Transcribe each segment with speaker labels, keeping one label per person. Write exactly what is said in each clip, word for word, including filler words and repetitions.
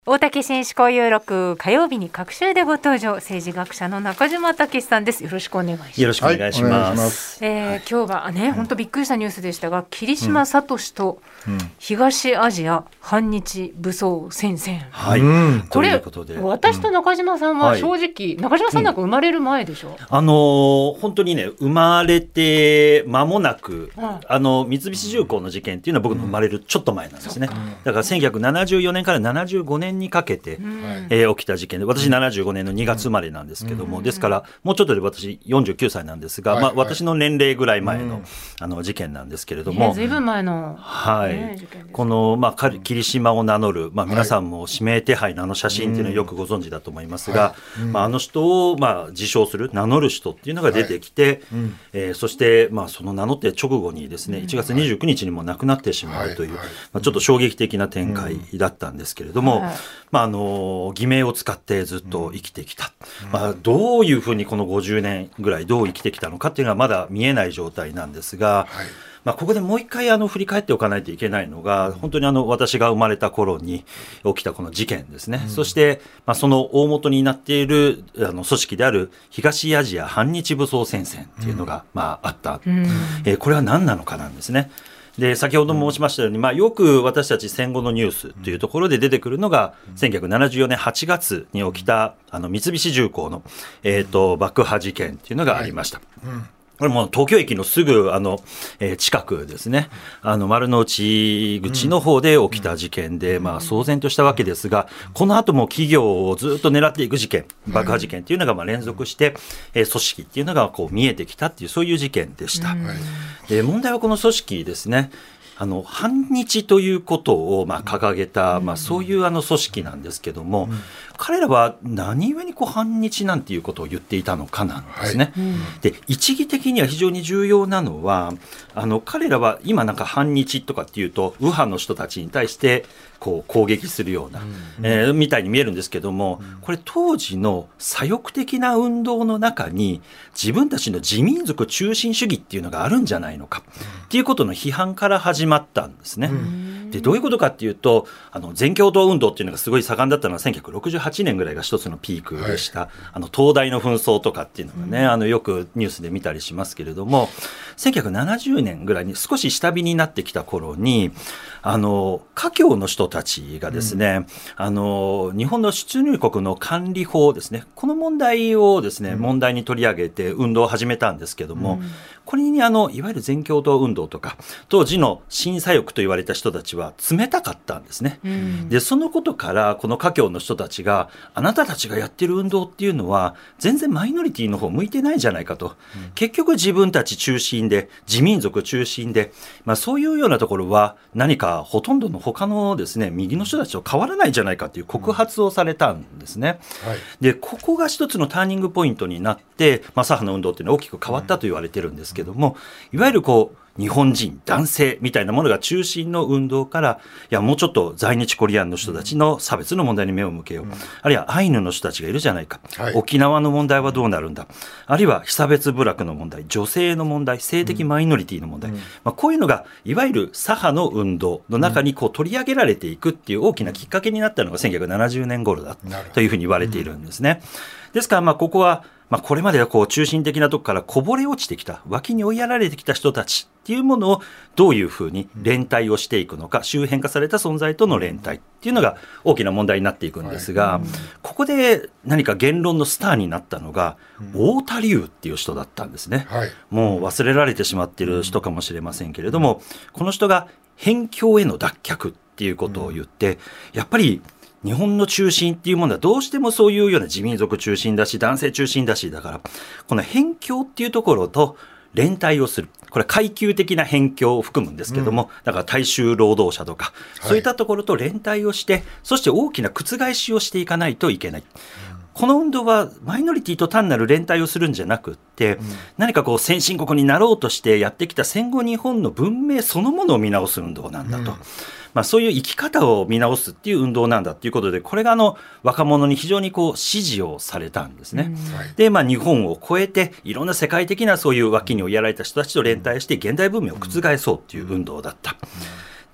Speaker 1: 大竹紳士交友録、火曜日に各週でご登場、政治学者の中島武さんです。よろしくお願いします。
Speaker 2: よろしくお願いします。
Speaker 1: はい、えーはい、今日はね、本当びっくりしたニュースでしたが、桐島聡と東アジア反日武装戦線、
Speaker 2: はい、
Speaker 1: これ私と中島さんは正直、うん、中島さんなんか生まれる前でしょ、うん、
Speaker 2: あのー、本当にね、生まれて間もなく、うん、あの三菱重工の事件っていうのは僕の生まれるちょっと前なんですね、うん、だからせんきゅうひゃくななじゅうよねんからななじゅうごねんにかけて、うんえー、起きた事件で、私ななじゅうごねんのにがつ生まれなんですけども、うん、ですからもうちょっとで私よんじゅうきゅうさいなんですが、はいはいまあ、私の年齢ぐらい前の、うん、あの事件なんですけれども、
Speaker 1: ずいぶん前の、
Speaker 2: はいね、この、まあ、桐島を名乗る、まあ、皆さんも指名手配のあの写真っていうのはよくご存知だと思いますが、はいうんまあ、あの人を、まあ、自称する名乗る人っていうのが出てきて、はいうんえー、そして、まあ、その名乗って直後にですね、いちがつにじゅうくにちにも亡くなってしまうという、はいはいまあ、ちょっと衝撃的な展開だったんですけれども、はいまあ、あの偽名を使ってずっと生きてきた、うんまあ、どういうふうにこのごじゅうねんぐらいどう生きてきたのかっていうのはまだ見えない状態なんですが、はいまあ、ここでもう一回あの振り返っておかないといけないのが、本当にあの私が生まれた頃に起きたこの事件ですね、うん、そして、まあ、その大元になっているあの組織である東アジア反日武装戦線っていうのが、まあ、あった、うんえー、これは何なのかなんですね。で先ほど申しましたように、まあ、よく私たち戦後のニュースというところで出てくるのが、せんきゅうひゃくななじゅうよねんはちがつに起きたあの三菱重工の、えーと、爆破事件というのがありました、はいうんこれも東京駅のすぐあの、えー、近くですね、あの丸の内口の方で起きた事件で、まあ、騒然としたわけですが、この後も企業をずっと狙っていく事件、爆破事件というのがまあ連続して、えー、組織っていうのがこう見えてきたっていう、そういう事件でした。で問題はこの組織ですね、あの反日ということをまあ掲げた、まあ、そういうあの組織なんですけども、彼らは何故にこう反日なんていうことを言っていたのかなんですね、はいうん、で一義的には非常に重要なのは、あの彼らは今なんか反日とかっていうと右派の人たちに対してこう攻撃するような、うんえー、みたいに見えるんですけども、これ当時の左翼的な運動の中に自分たちの自民族中心主義っていうのがあるんじゃないのかっていうことの批判から始まったんですね、うんでどういうことかっていうと、あの全共闘運動っていうのがすごい盛んだったのはせんきゅうひゃくろくじゅうはちねんぐらいが一つのピークでした、はい、あの東大の紛争とかっていうのがね、うん、あのよくニュースで見たりしますけれども、せんきゅうひゃくななじゅうねんぐらいに少し下火になってきた頃に、あの華僑の人たちがですね、うん、あの日本の出入国の管理法ですね、この問題をですね、うん、問題に取り上げて運動を始めたんですけども、うんこれにあのいわゆる全共闘運動とか当時の新左翼と言われた人たちは冷たかったんですね、うん、でそのことからこの華僑の人たちが、あなたたちがやってる運動っていうのは全然マイノリティの方向いてないじゃないかと、うん、結局自分たち中心で自民族中心で、まあ、そういうようなところは何かほとんどの他のですね右の人たちと変わらないじゃないかという告発をされたんですね、うんはい、でここが一つのターニングポイントになって、まあ、左派の運動っていうのは大きく変わったと言われてるんですけども、いわゆるこう日本人男性みたいなものが中心の運動から、いやもうちょっと在日コリアンの人たちの差別の問題に目を向けよう、うん、あるいはアイヌの人たちがいるじゃないか、はい、沖縄の問題はどうなるんだ、あるいは被差別部落の問題、女性の問題、性的マイノリティの問題、うんまあ、こういうのがいわゆる左派の運動の中にこう取り上げられていくっていう大きなきっかけになったのがせんきゅうひゃくななじゅうねん頃だというふうに言われているんですね。ですからまあここはまあ、これまではこう中心的なところからこぼれ落ちてきた、脇に追いやられてきた人たちっていうものをどういうふうに連帯をしていくのか、周辺化された存在との連帯っていうのが大きな問題になっていくんですが、はい、ここで何か言論のスターになったのが、太田龍っていう人だったんですね、はい、もう忘れられてしまっている人かもしれませんけれども、この人が辺境への脱却っていうことを言って、やっぱり日本の中心っていうものはどうしてもそういうような自民族中心だし男性中心だし、だからこの辺境っていうところと連帯をする、これ階級的な辺境を含むんですけども、うん、だから大衆労働者とか、はい、そういったところと連帯をして、そして大きな覆しをしていかないといけない、うん、この運動はマイノリティと単なる連帯をするんじゃなくって、うん、何かこう先進国になろうとしてやってきた戦後日本の文明そのものを見直す運動なんだと、うんまあ、そういう生き方を見直すっていう運動なんだということで、これがあの若者に非常にこう支持をされたんですね、うんでまあ、日本を超えていろんな世界的なそういう脇に追いやられた人たちと連帯して現代文明を覆そうという運動だった、うん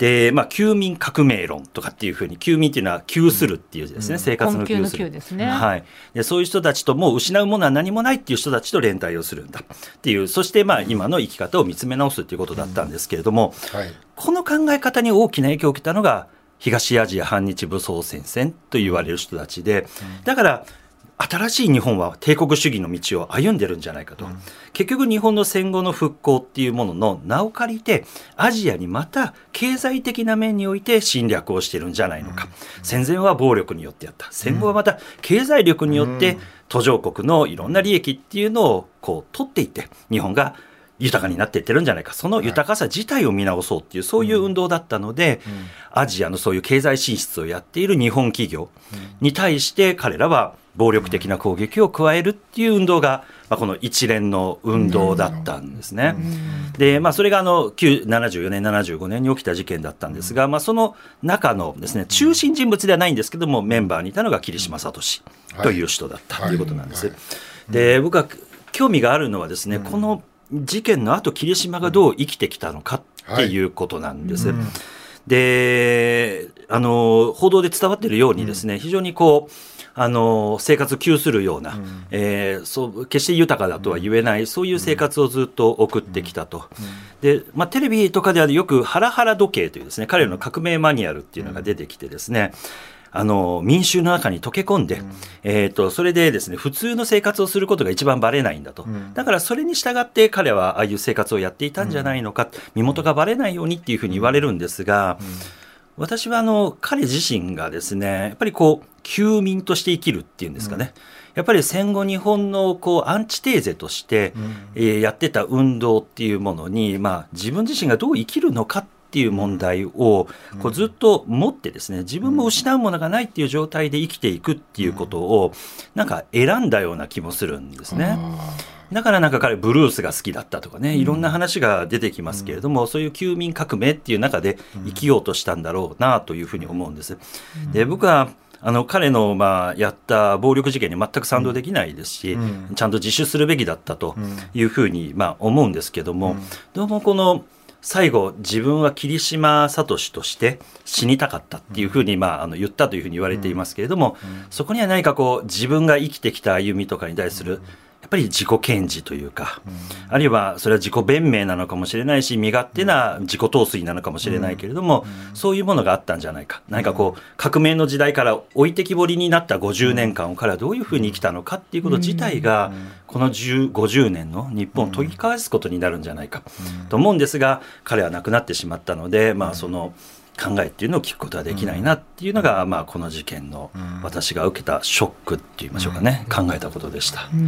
Speaker 2: で、まあ、休民革命論とかっていうふうに、休民っていうのは窮するっていう字ですね、うん、生活の窮する、
Speaker 1: 困窮の窮ですね、
Speaker 2: はい、でそういう人たちともう失うものは何もないっていう人たちと連帯をするんだっていう、そしてまあ今の生き方を見つめ直すっていうことだったんですけれども、うんはい、この考え方に大きな影響を受けたのが東アジア反日武装戦線と言われる人たちで、だから新しい日本は帝国主義の道を歩んでるんじゃないかと、うん、結局日本の戦後の復興っていうものの名を借りてアジアにまた経済的な面において侵略をしてるんじゃないのか、うん、戦前は暴力によってやった、戦後はまた経済力によって途上国のいろんな利益っていうのをこう取っていって日本が豊かになっていってるんじゃないか、その豊かさ自体を見直そうっていうそういう運動だったので、うんうん、アジアのそういう経済進出をやっている日本企業に対して彼らは暴力的な攻撃を加えるっていう運動が、まあ、この一連の運動だったんですね。で、まあ、それがあのななじゅうよねんななじゅうごねんに起きた事件だったんですが、まあ、その中のですね中心人物ではないんですけどもメンバーにいたのが桐島聡という人だったということなんです。で、僕は興味があるのはですね、この事件の後桐島がどう生きてきたのかっていうことなんです。はい、うん、で、あの報道で伝わっているようにですね、非常にこうあの生活を窮するような、うん、えー、そう決して豊かだとは言えない、うん、そういう生活をずっと送ってきたと、うんうん、で、まあ、テレビとかではよくハラハラ時計というですね彼らの革命マニュアルっていうのが出てきてですね、あの民衆の中に溶け込んで、うん、えー、とそれでですね普通の生活をすることが一番バレないんだと、うん、だからそれに従って彼はああいう生活をやっていたんじゃないのか、うん、身元がバレないようにっていうふうに言われるんですが、うんうん、私はあの彼自身がですねやっぱりこう休民として生きるっていうんですかね、うん、やっぱり戦後日本のこうアンチテーゼとして、うん、えー、やってた運動っていうものに、まあ、自分自身がどう生きるのかっていう問題をこうずっと持ってですね、自分も失うものがないっていう状態で生きていくっていうことをなんか選んだような気もするんですね。だからなんか彼ブルースが好きだったとかね、いろんな話が出てきますけれども、そういう休民革命っていう中で生きようとしたんだろうなというふうに思うんです。で、僕はあの彼のまあやった暴力事件に全く賛同できないですし、ちゃんと自首するべきだったというふうにまあ思うんですけども、どうもこの最後自分は桐島聡として死にたかったっていうふうに、まあ、あの言ったというふうに言われていますけれども、そこには何かこう自分が生きてきた歩みとかに対するやっぱり自己顕示というか、あるいはそれは自己弁明なのかもしれないし、身勝手な自己陶酔なのかもしれないけれども、そういうものがあったんじゃないか、何かこう革命の時代から置いてきぼりになったごじゅうねんかんを彼はどういうふうに生きたのかっていうこと自体がこのごじゅうねんの日本を研ぎ返すことになるんじゃないかと思うんですが、彼は亡くなってしまったので、まあその考えっていうのを聞くことはできないなっていうのが、まあ、この事件の私が受けたショックって言いましょうかね、考えたことでした。
Speaker 3: うん、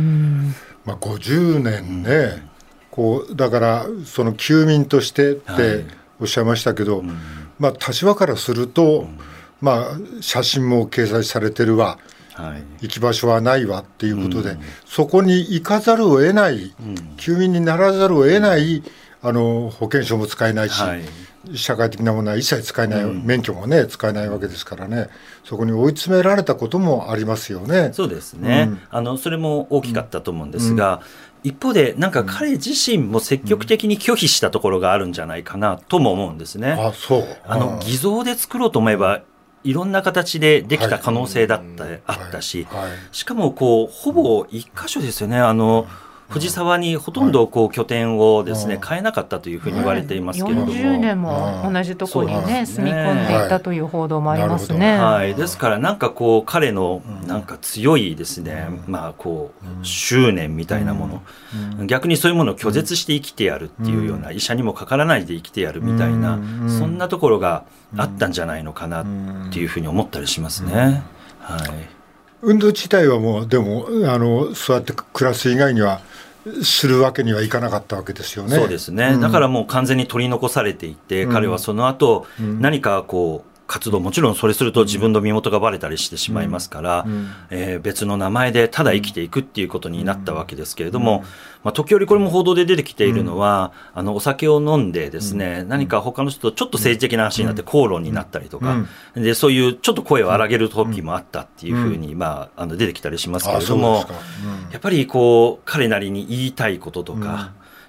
Speaker 3: まあ、ごじゅうねんね、うん、こうだからその休民としてっておっしゃいましたけど、はい、まあ、立場からすると、うん、まあ、写真も掲載されてるわ、はい、行き場所はないわっていうことで、うん、そこに行かざるを得ない、うん、休民にならざるを得ない、あの保険証も使えないし、はい、社会的なものは一切使えない、うん、免許もね使えないわけですからね、そこに追い詰められたこともありますよね。
Speaker 2: そうですね、うん、あのそれも大きかったと思うんですが、うん、一方でなんか彼自身も積極的に拒否したところがあるんじゃないかなとも思うんですね。
Speaker 3: あ、そう。
Speaker 2: あの偽造で作ろうと思えばいろんな形でできた可能性だった、はい、あったし、はいはい、しかもこうほぼ一箇所ですよね。あの藤沢にほとんどこう拠点をですね、はい、変えなかったというふうに言われていますけれども、
Speaker 1: よんじゅうねんも同じところにね、住み込んでいたという報道もありますね。
Speaker 2: はい、ですからなんかこう彼のなんか強いですね、うん、まあこう執念みたいなもの、うん、逆にそういうものを拒絶して生きてやるっていうような、うん、医者にもかからないで生きてやるみたいな、うん、そんなところがあったんじゃないのかなっていうふうに思ったりしますね。はい、
Speaker 3: 運動自体はもうでもあのそうやって暮らす以外にはするわけにはいかなかったわけですよね。
Speaker 2: そうですね、うん、だからもう完全に取り残されていて、うん、彼はその後、うん、何かこう活動、もちろんそれすると自分の身元がバレたりしてしまいますから、うんえー、別の名前でただ生きていくっていうことになったわけですけれども、うんまあ、時折これも報道で出てきているのは、うん、あのお酒を飲んでですね、うん、何か他の人とちょっと政治的な話になって口論になったりとか、うん、でそういうちょっと声を荒げる時もあったっていうふうに、まあ、あの出てきたりしますけれども、うん、やっぱりこう彼なりに言いたいこととか、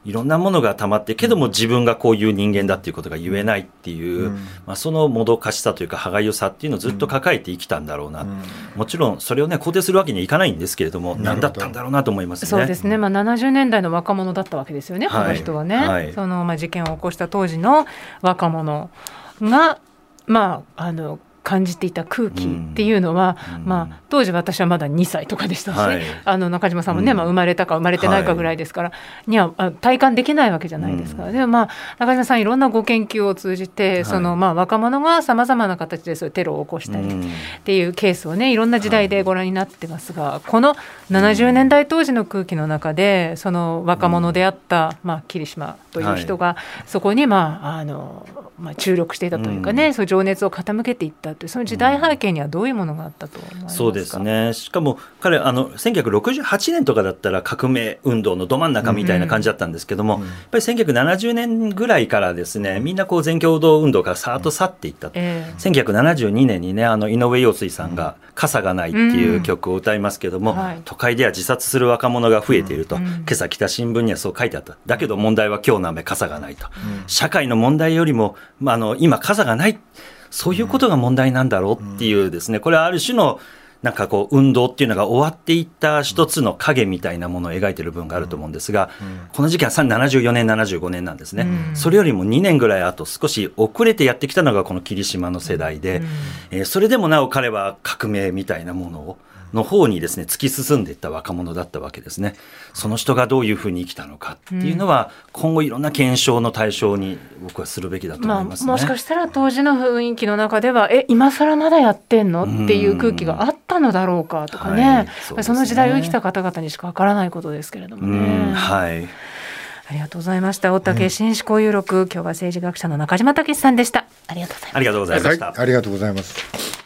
Speaker 2: いろんなものが溜まってけども自分がこういう人間だっていうことが言えないっていう、うん、まあ、そのもどかしさというか歯がゆさっていうのをずっと抱えて生きたんだろうな、うん、もちろんそれをね肯定するわけにはいかないんですけれども、何だったんだろうなと思いますね。
Speaker 1: そうですね、まあ、ななじゅうねんだいの若者だったわけですよね、この人はね、はい、そのまあ事件を起こした当時の若者が、まあ、あの感じていた空気っていうのは、うん、まあ、当時私はまだにさいとかでしたし、はい、あの中島さんもね、うん、まあ、生まれたか生まれてないかぐらいですから、はい、には体感できないわけじゃないですか、うん、でも、まあ、中島さんいろんなご研究を通じて、はい、そのまあ、若者がさまざまな形でそういうテロを起こしたりっていうケースをねいろんな時代でご覧になってますが、はい、このななじゅうねんだい当時の空気の中でその若者であった、まあ、桐島という人が、はい、そこに、まああのまあ、注力していたというかね、うん、そういう情熱を傾けていったというその時代背景にはどういうものがあったと思いますか。
Speaker 2: そうですね、しかも彼あのせんきゅうひゃくろくじゅうはちねんとかだったら革命運動のど真ん中みたいな感じだったんですけども、うんうん、やっぱりせんきゅうひゃくななじゅうねんぐらいからですねみんなこう全共同運動からさーっと去っていった、うん、えー、せんきゅうひゃくななじゅうにねんにねあの井上陽水さんが傘がないっていう曲を歌いますけども、うん、はい、都会では自殺する若者が増えていると、うん、今朝来た新聞にはそう書いてあった。だけど問題は今日の雨傘がないと、うん、社会の問題よりも、まあ、あの今傘がないそういうことが問題なんだろうっていうですね、これはある種のなんかこう運動っていうのが終わっていった一つの影みたいなものを描いている部分があると思うんですが、この時期はななじゅうよねんななじゅうごねんなんですね。それよりもにねんぐらい後少し遅れてやってきたのがこの桐島の世代で、えー、それでもなお彼は革命みたいなものをの方にですね突き進んでいった若者だったわけですね。その人がどういうふうに生きたのかっていうのは、うん、今後いろんな検証の対象に僕はするべきだと思いますね。
Speaker 1: まあ、もしかしたら当時の雰囲気の中ではえ今更まだやってんのっていう空気があったのだろうかとかね、はい、 そ, ねその時代を生きた方々にしかわからないことですけれどもね、うん、
Speaker 2: はい、
Speaker 1: ありがとうございました。大竹紳士交友録、今日は政治学者の中島武さんでした。ありがとうございました。
Speaker 2: ありがとうございました、
Speaker 3: はい、ありがとうございます。